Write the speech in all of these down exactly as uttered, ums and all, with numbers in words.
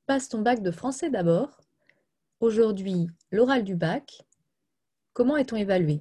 Passe ton bac de français d'abord. Aujourd'hui, l'oral du bac. Comment est-on évalué?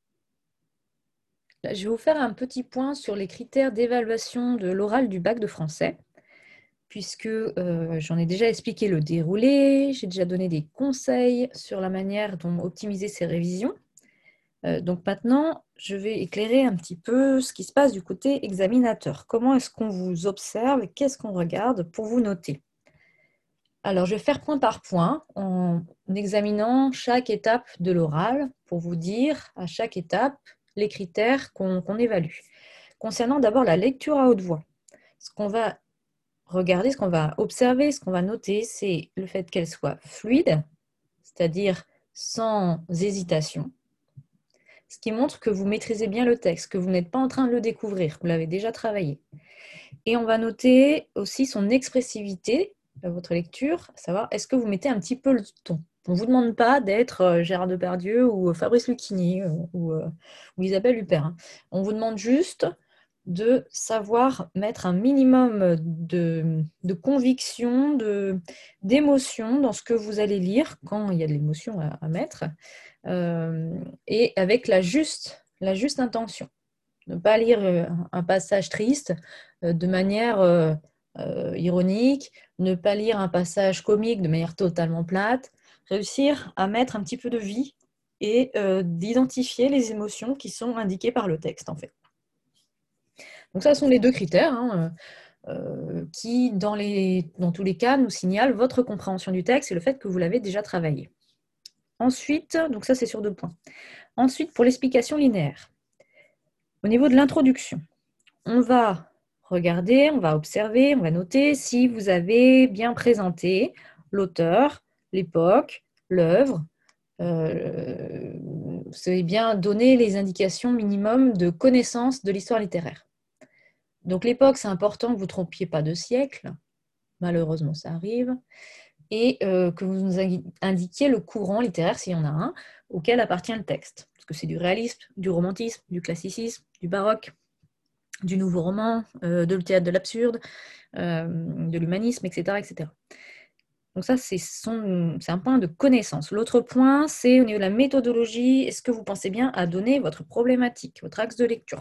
Là, je vais vous faire un petit point sur les critères d'évaluation de l'oral du bac de français, puisque euh, j'en ai déjà expliqué le déroulé, j'ai déjà donné des conseils sur la manière dont optimiser ses révisions. Euh, donc maintenant, je vais éclairer un petit peu ce qui se passe du côté examinateur. Comment est-ce qu'on vous observe et qu'est-ce qu'on regarde pour vous noter? Alors, je vais faire point par point en examinant chaque étape de l'oral pour vous dire à chaque étape les critères qu'on qu'on évalue. Concernant d'abord la lecture à haute voix, ce qu'on va regarder, ce qu'on va observer, ce qu'on va noter, c'est le fait qu'elle soit fluide, c'est-à-dire sans hésitation, ce qui montre que vous maîtrisez bien le texte, que vous n'êtes pas en train de le découvrir, vous l'avez déjà travaillé. Et on va noter aussi son expressivité, votre lecture, à savoir, est-ce que vous mettez un petit peu le ton? On ne vous demande pas d'être euh, Gérard Depardieu ou euh, Fabrice Lucchini euh, ou, euh, ou Isabelle Huppert. Hein. On vous demande juste de savoir mettre un minimum de, de conviction, de, d'émotion dans ce que vous allez lire quand il y a de l'émotion à, à mettre, euh, et avec la juste, la juste intention. Ne pas lire un passage triste de manière euh, euh, ironique, ne pas lire un passage comique de manière totalement plate, réussir à mettre un petit peu de vie et euh, d'identifier les émotions qui sont indiquées par le texte, en fait. Donc ça, ce sont les deux critères hein, euh, qui, dans, les, dans tous les cas, nous signalent votre compréhension du texte et le fait que vous l'avez déjà travaillé. Ensuite, donc ça, c'est sur deux points. Ensuite, pour l'explication linéaire. Au niveau de l'introduction, on va regarder, on va observer, on va noter si vous avez bien présenté l'auteur, l'époque, l'œuvre. Euh, vous avez bien donné les indications minimum de connaissance de l'histoire littéraire. Donc l'époque, c'est important que vous ne trompiez pas de siècle. Malheureusement, ça arrive. Et euh, que vous nous indiquiez le courant littéraire, s'il y en a un, auquel appartient le texte. Parce que c'est du réalisme, du romantisme, du classicisme, du baroque, du nouveau roman, euh, de le théâtre de l'absurde, euh, de l'humanisme, et cetera, et cetera. Donc ça, c'est un point de connaissance. L'autre point, c'est au niveau de la méthodologie, est-ce que vous pensez bien à donner votre problématique, votre axe de lecture?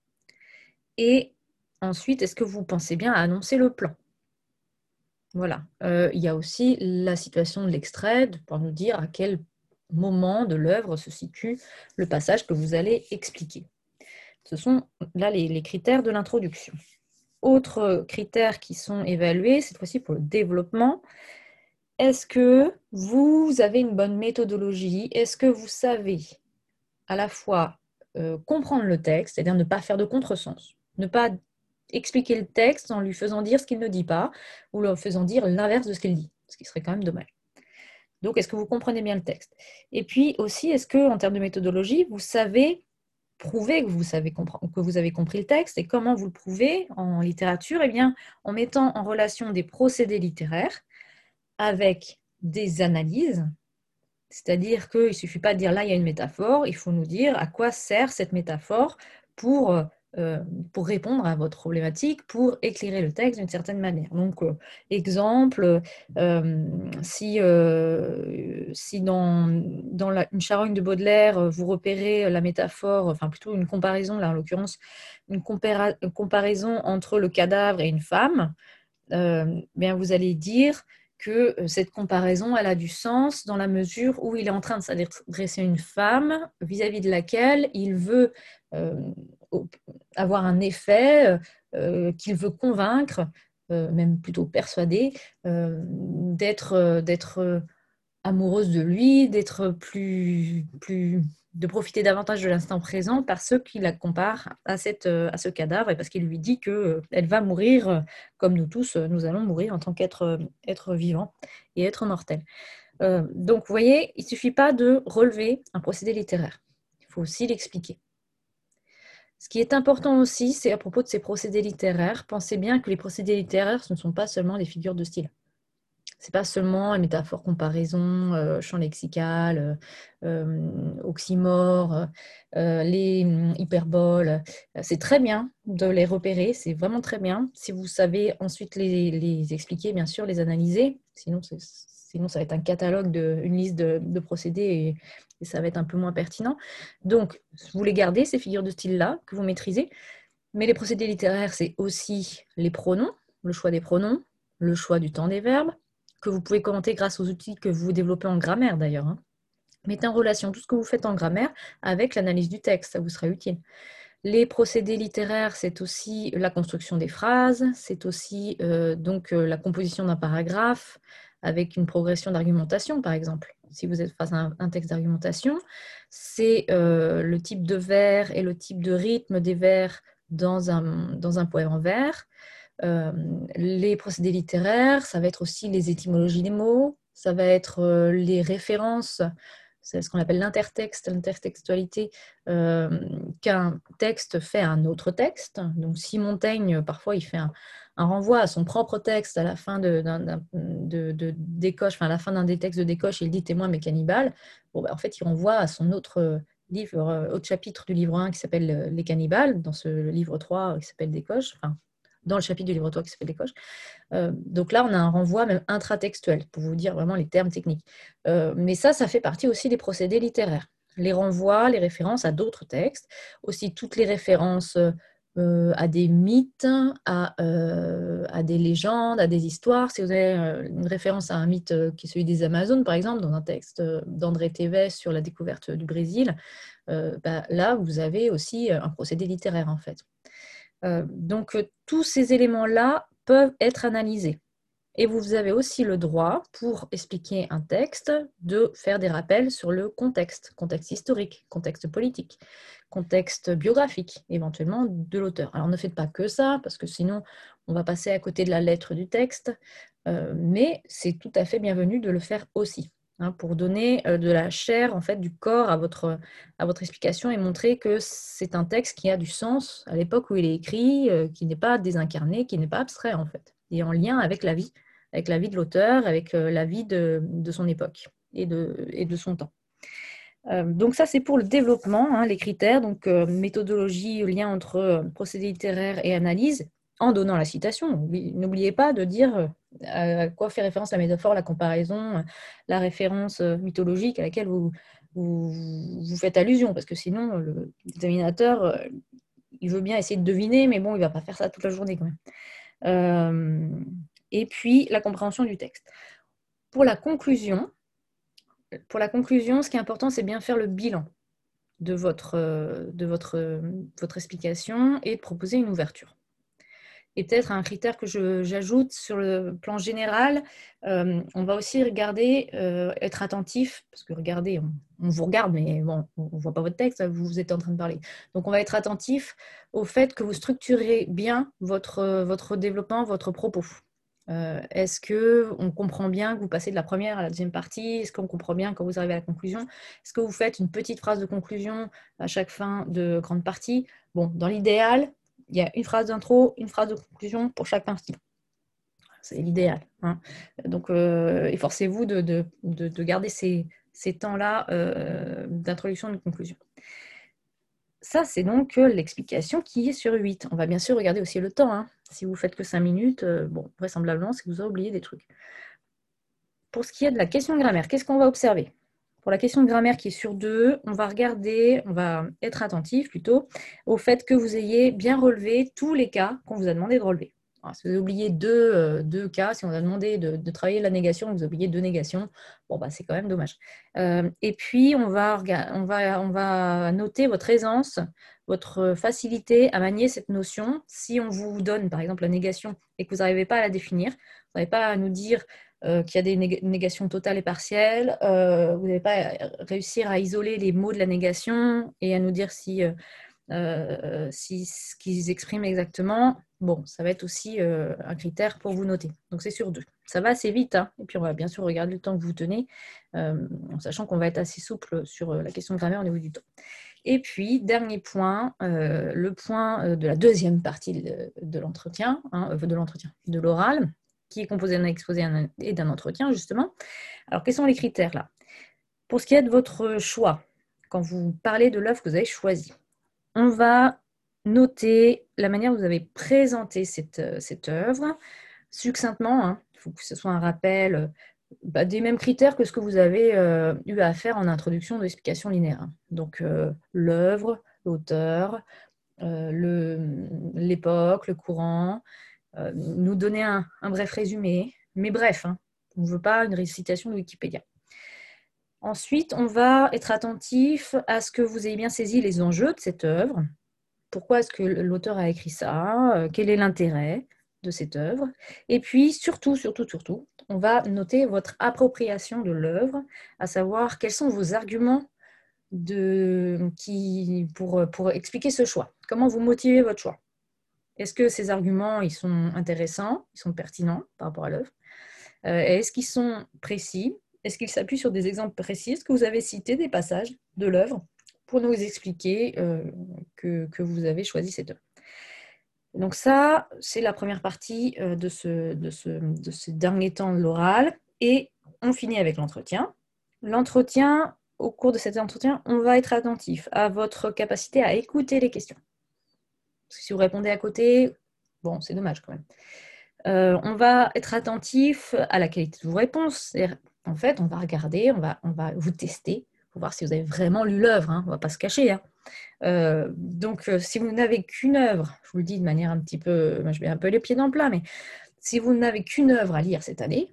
Et ensuite, est-ce que vous pensez bien à annoncer le plan? Voilà. Euh, il y a aussi la situation de l'extrait pour nous dire à quel moment de l'œuvre se situe le passage que vous allez expliquer. Ce sont là les, les critères de l'introduction. Autres critères qui sont évalués, cette fois-ci pour le développement. Est-ce que vous avez une bonne méthodologie? Est-ce que vous savez à la fois euh, comprendre le texte, c'est-à-dire ne pas faire de contresens, ne pas expliquer le texte en lui faisant dire ce qu'il ne dit pas ou en faisant dire l'inverse de ce qu'il dit, ce qui serait quand même dommage. Donc, est-ce que vous comprenez bien le texte? Et puis aussi, est-ce que en termes de méthodologie, vous savez prouver que vous, savez que vous avez compris le texte? Et comment vous le prouvez en littérature? Eh bien, en mettant en relation des procédés littéraires avec des analyses, c'est-à-dire qu'il ne suffit pas de dire là, il y a une métaphore, il faut nous dire à quoi sert cette métaphore pour, euh, pour répondre à votre problématique, pour éclairer le texte d'une certaine manière. Donc, euh, exemple, euh, si, euh, si dans, dans la, une charogne de Baudelaire, vous repérez la métaphore, enfin plutôt une comparaison, là en l'occurrence, une, compara une comparaison entre le cadavre et une femme, euh, bien vous allez dire que cette comparaison, elle a du sens dans la mesure où il est en train de s'adresser à une femme vis-à-vis de laquelle il veut euh, avoir un effet, euh, qu'il veut convaincre, euh, même plutôt persuader, euh, d'être, d'être amoureuse de lui, d'être plus, plus, de profiter davantage de l'instant présent parce qu'il la compare à, cette, à ce cadavre et parce qu'il lui dit qu'elle va mourir comme nous tous, nous allons mourir en tant qu'être être vivant et être mortel. Euh, donc, vous voyez, il ne suffit pas de relever un procédé littéraire. Il faut aussi l'expliquer. Ce qui est important aussi, c'est à propos de ces procédés littéraires, pensez bien que les procédés littéraires, ce ne sont pas seulement des figures de style. C'est pas seulement les métaphores, comparaisons, euh, champ lexical, euh, euh, oxymore, euh, les hum, hyperboles. C'est très bien de les repérer, c'est vraiment très bien. Si vous savez ensuite les, les expliquer, bien sûr, les analyser, sinon, c'est- sinon ça va être un catalogue, de, une liste de, de procédés et, et ça va être un peu moins pertinent. Donc, vous les gardez, ces figures de style-là, que vous maîtrisez. Mais les procédés littéraires, c'est aussi les pronoms, le choix des pronoms, le choix du temps des verbes, que vous pouvez commenter grâce aux outils que vous développez en grammaire d'ailleurs, hein. Mettez en relation tout ce que vous faites en grammaire avec l'analyse du texte, ça vous sera utile. Les procédés littéraires, c'est aussi la construction des phrases, c'est aussi euh, donc euh, la composition d'un paragraphe avec une progression d'argumentation, par exemple. Si vous êtes face à un, un texte d'argumentation, c'est euh, le type de vers et le type de rythme des vers dans un, dans un poème en vers. Euh, les procédés littéraires, ça va être aussi les étymologies des mots, ça va être euh, les références, c'est ce qu'on appelle l'intertexte, l'intertextualité, euh, qu'un texte fait à un autre texte. Donc si Montaigne, parfois, il fait un, un renvoi à son propre texte à la fin de, d'un, d'un, de, de Décoche, enfin à la fin d'un des textes de Décoche, il dit témoin mais cannibales, bon, ben, en fait, il renvoie à son autre livre, autre chapitre du livre un qui s'appelle Les cannibales, dans ce livre trois qui s'appelle Décoche, enfin, dans le chapitre du livre trois qui s'appelle Décoche. Euh, donc là, on a un renvoi même intratextuel, pour vous dire vraiment les termes techniques. Euh, mais ça, ça fait partie aussi des procédés littéraires. Les renvois, les références à d'autres textes, aussi toutes les références euh, à des mythes, à, euh, à des légendes, à des histoires. Si vous avez euh, une référence à un mythe euh, qui est celui des Amazones, par exemple, dans un texte euh, d'André Tevez sur la découverte du Brésil, euh, bah, là, vous avez aussi euh, un procédé littéraire, en fait. Euh, donc, euh, tous ces éléments-là peuvent être analysés. Et vous avez aussi le droit, pour expliquer un texte, de faire des rappels sur le contexte, contexte historique, contexte politique, contexte biographique, éventuellement, de l'auteur. Alors, ne faites pas que ça, parce que sinon, on va passer à côté de la lettre du texte, euh, mais c'est tout à fait bienvenu de le faire aussi, hein, pour donner euh, de la chair, en fait, du corps à votre, à votre explication et montrer que c'est un texte qui a du sens à l'époque où il est écrit, euh, qui n'est pas désincarné, qui n'est pas abstrait, en fait, et en lien avec la vie avec la vie de l'auteur, avec euh, la vie de, de son époque et de, et de son temps. Euh, donc ça, c'est pour le développement, hein, les critères, donc euh, méthodologie, lien entre euh, procédé littéraire et analyse, en donnant la citation. N'oubliez pas de dire euh, à quoi fait référence la métaphore, la comparaison, la référence euh, mythologique à laquelle vous, vous, vous faites allusion, parce que sinon, le examinateur, euh, il veut bien essayer de deviner, mais bon, il ne va pas faire ça toute la journée quand même. Euh, et puis la compréhension du texte. Pour la conclusion, pour la conclusion, ce qui est important, c'est bien faire le bilan de votre, de votre, votre explication et de proposer une ouverture. Et peut-être un critère que je, j'ajoute sur le plan général, euh, on va aussi regarder, euh, être attentif, parce que regardez, on, on vous regarde, mais bon, on ne voit pas votre texte, vous, vous êtes en train de parler. Donc on va être attentif au fait que vous structurez bien votre, votre développement, votre propos. Euh, est-ce qu'on comprend bien que vous passez de la première à la deuxième partie? Est-ce qu'on comprend bien quand vous arrivez à la conclusion? Est-ce que vous faites une petite phrase de conclusion à chaque fin de grande partie? Bon, dans l'idéal, il y a une phrase d'intro, une phrase de conclusion pour chaque partie. C'est l'idéal, hein. Donc, euh, efforcez-vous de, de, de, de garder ces, ces temps-là euh, d'introduction et de conclusion. Ça, c'est donc l'explication qui est sur huit. On va bien sûr regarder aussi le temps, hein. Si vous faites que cinq minutes, euh, bon, vraisemblablement, c'est que vous avez oublié des trucs. Pour ce qui est de la question de grammaire, qu'est-ce qu'on va observer? Pour la question de grammaire qui est sur deux, on va regarder, on va être attentif plutôt au fait que vous ayez bien relevé tous les cas qu'on vous a demandé de relever. Alors, si vous avez oublié deux, euh, deux cas, si on vous a demandé de, de travailler la négation, vous avez oublié deux négations, bon, bah, c'est quand même dommage. Euh, et puis, on va, on, va, on va noter votre aisance, votre facilité à manier cette notion. Si on vous donne, par exemple, la négation et que vous n'arrivez pas à la définir, vous n'arrivez pas à nous dire Euh, qu'il y a des nég- négations totales et partielles. Euh, vous n'allez pas réussir à isoler les mots de la négation et à nous dire si, euh, euh, si ce qu'ils expriment exactement. Bon, ça va être aussi euh, un critère pour vous noter. Donc, c'est sur deux. Ça va assez vite, hein. Et puis, on va bien sûr regarder le temps que vous tenez, euh, en sachant qu'on va être assez souple sur la question de grammaire au niveau du temps. Et puis, dernier point, euh, le point de la deuxième partie de, de l'entretien, hein, de l'entretien, de l'oral. qui est composé d'un exposé et d'un entretien, justement. Alors, quels sont les critères là? Pour ce qui est de votre choix, quand vous parlez de l'œuvre que vous avez choisie, on va noter la manière dont vous avez présenté cette, cette œuvre, succinctement. Hein. Il faut que ce soit un rappel euh, bah, des mêmes critères que ce que vous avez euh, eu à faire en introduction de l'explication linéaire. Donc, euh, l'œuvre, l'auteur, euh, le, l'époque, le courant, euh, nous donner un, un bref résumé, mais bref, hein, on ne veut pas une récitation de Wikipédia. Ensuite, on va être attentif à ce que vous ayez bien saisi les enjeux de cette œuvre. Pourquoi est-ce que l'auteur a écrit ça? euh, Quel est l'intérêt de cette œuvre? Et puis, surtout, surtout, surtout, on va noter votre appropriation de l'œuvre, à savoir quels sont vos arguments de, qui, pour, pour expliquer ce choix. Comment vous motivez votre choix? Est-ce que ces arguments ils sont intéressants, ils sont pertinents par rapport à l'œuvre? euh, Est-ce qu'ils sont précis? Est-ce qu'ils s'appuient sur des exemples précis? Est-ce que vous avez cité des passages de l'œuvre pour nous expliquer euh, que, que vous avez choisi cette œuvre? Donc ça, c'est la première partie euh, de, ce, de, ce, de ce dernier temps de l'oral. Et on finit avec l'entretien. L'entretien, au cours de cet entretien, on va être attentif à votre capacité à écouter les questions. Parce que si vous répondez à côté, bon, c'est dommage quand même. Euh, on va être attentif à la qualité de vos réponses. En fait, on va regarder, on va, on va vous tester pour voir si vous avez vraiment lu l'œuvre. Hein. On ne va pas se cacher. Hein. Euh, donc, euh, si vous n'avez qu'une œuvre, je vous le dis de manière un petit peu, moi, je mets un peu les pieds dans le plat, mais si vous n'avez qu'une œuvre à lire cette année,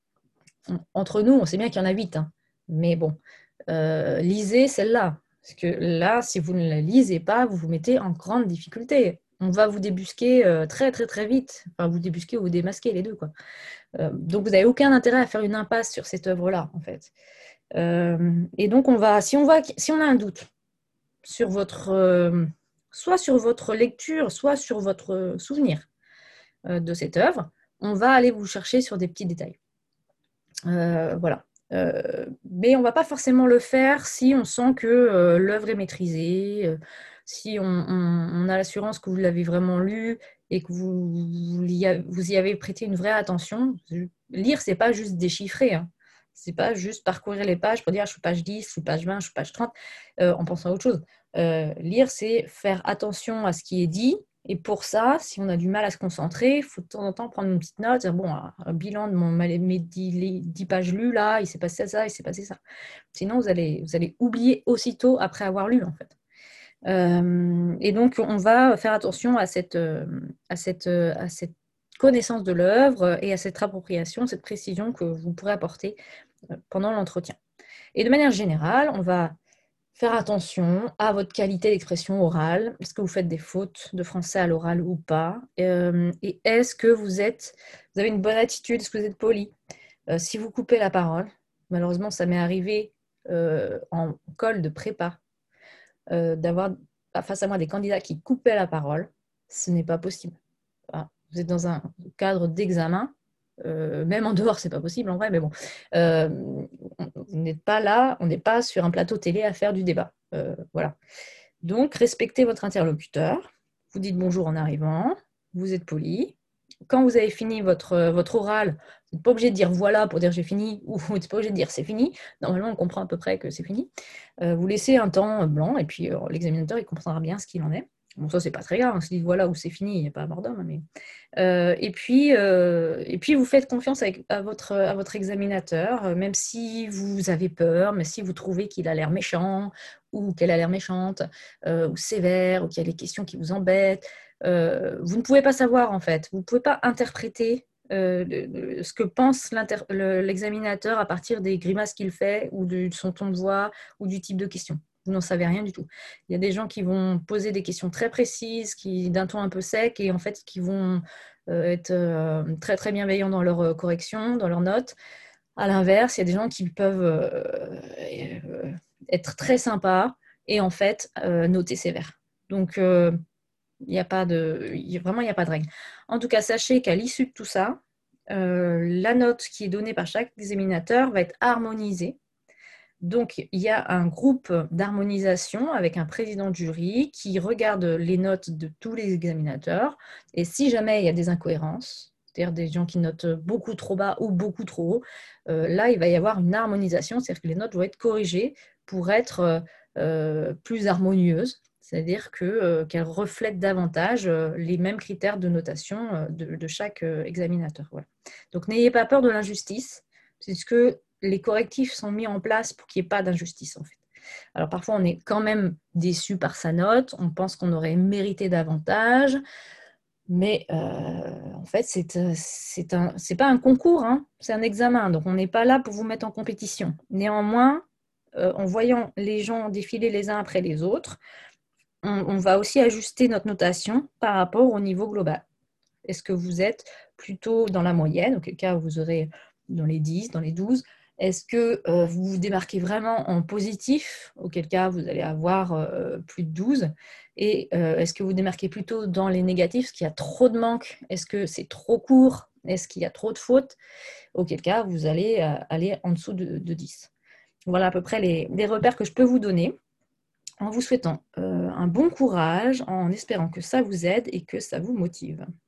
on, entre nous, on sait bien qu'il y en a huit. Hein. Mais bon, euh, lisez celle-là. Parce que là, si vous ne la lisez pas, vous vous mettez en grande difficulté. On va vous débusquer euh, très très très vite. Enfin, vous débusquer ou vous démasquer, les deux, quoi. Euh, donc, vous n'avez aucun intérêt à faire une impasse sur cette œuvre-là, en fait. Euh, et donc, on va, si on, va, si on a un doute sur votre, euh, soit sur votre lecture, soit sur votre souvenir euh, de cette œuvre, on va aller vous chercher sur des petits détails. Euh, voilà. Euh, mais on ne va pas forcément le faire si on sent que euh, l'œuvre est maîtrisée, euh, si on, on, on a l'assurance que vous l'avez vraiment lu et que vous, vous, y avez, vous y avez prêté une vraie attention. Lire, ce n'est pas juste déchiffrer. Hein. Ce n'est pas juste parcourir les pages pour dire je suis page dix, je suis page vingt, je suis page trente, euh, en pensant à autre chose. Euh, lire, c'est faire attention à ce qui est dit. Et pour ça, si on a du mal à se concentrer, il faut de temps en temps prendre une petite note, dire bon, un bilan de mon, mes dix pages lues, là, il s'est passé ça, il s'est passé ça. Sinon, vous allez, vous allez oublier aussitôt après avoir lu, en fait. Euh, et donc, on va faire attention à cette, à cette, à cette connaissance de l'œuvre et à cette appropriation, cette précision que vous pourrez apporter pendant l'entretien. Et de manière générale, on va faire attention à votre qualité d'expression orale. Est-ce que vous faites des fautes de français à l'oral ou pas? euh, Et est-ce que vous, êtes, vous avez une bonne attitude? Est-ce que vous êtes poli? euh, Si vous coupez la parole, malheureusement, ça m'est arrivé euh, en colle de prépa, euh, d'avoir face à moi des candidats qui coupaient la parole. Ce n'est pas possible. Voilà. Vous êtes dans un cadre d'examen. Euh, même en dehors, c'est pas possible en vrai, mais bon, euh, vous n'êtes pas là, on n'est pas sur un plateau télé à faire du débat. Euh, voilà. Donc, respectez votre interlocuteur. Vous dites bonjour en arrivant. Vous êtes poli. Quand vous avez fini votre, votre oral, vous n'êtes pas obligé de dire voilà pour dire j'ai fini, ou vous n'êtes pas obligé de dire c'est fini. Normalement, on comprend à peu près que c'est fini. Euh, vous laissez un temps blanc et puis euh, l'examinateur il comprendra bien ce qu'il en est. Bon, ça, c'est pas très grave. On se dit voilà où c'est fini, il n'y a pas à mort d'homme. Mais... Euh, et, puis, euh, et puis, vous faites confiance avec, à, votre, à votre examinateur, euh, même si vous avez peur, mais si vous trouvez qu'il a l'air méchant ou qu'elle a l'air méchante, euh, ou sévère, ou qu'il y a des questions qui vous embêtent. Euh, vous ne pouvez pas savoir, en fait. Vous ne pouvez pas interpréter euh, le, le, ce que pense l'examinateur à partir des grimaces qu'il fait, ou de son ton de voix, ou du type de question. Vous n'en savez rien du tout. Il y a des gens qui vont poser des questions très précises, qui d'un ton un peu sec, et en fait qui vont euh, être euh, très très bienveillants dans leur euh, correction, dans leurs notes. À l'inverse, il y a des gens qui peuvent euh, euh, être très sympas et en fait euh, noter sévère. Donc euh, il n'y a pas de, vraiment il n'y a pas de règle. En tout cas, sachez qu'à l'issue de tout ça, euh, la note qui est donnée par chaque examinateur va être harmonisée. Donc, il y a un groupe d'harmonisation avec un président de jury qui regarde les notes de tous les examinateurs. Et si jamais il y a des incohérences, c'est-à-dire des gens qui notent beaucoup trop bas ou beaucoup trop haut, euh, là, il va y avoir une harmonisation, c'est-à-dire que les notes vont être corrigées pour être euh, euh, plus harmonieuses, c'est-à-dire que, euh, qu'elles reflètent davantage euh, les mêmes critères de notation euh, de, de chaque euh, examinateur. Voilà. Donc, n'ayez pas peur de l'injustice, puisque les correctifs sont mis en place pour qu'il n'y ait pas d'injustice, en fait. Alors, parfois, on est quand même déçu par sa note, on pense qu'on aurait mérité davantage, mais euh, en fait, c'est, c'est, un, c'est pas un concours, hein, c'est un examen, donc on n'est pas là pour vous mettre en compétition. Néanmoins, euh, en voyant les gens défiler les uns après les autres, on, on va aussi ajuster notre notation par rapport au niveau global. Est-ce que vous êtes plutôt dans la moyenne, auquel cas vous aurez dans les dix, dans les douze? Est-ce que euh, vous vous démarquez vraiment en positif, auquel cas vous allez avoir euh, plus de douze? Et euh, est-ce que vous démarquez plutôt dans les négatifs, est-ce qu'il y a trop de manques? Est-ce que c'est trop court? Est-ce qu'il y a trop de fautes? Auquel cas vous allez euh, aller en dessous de, de dix. Voilà à peu près les, les repères que je peux vous donner, en vous souhaitant euh, un bon courage, en espérant que ça vous aide et que ça vous motive.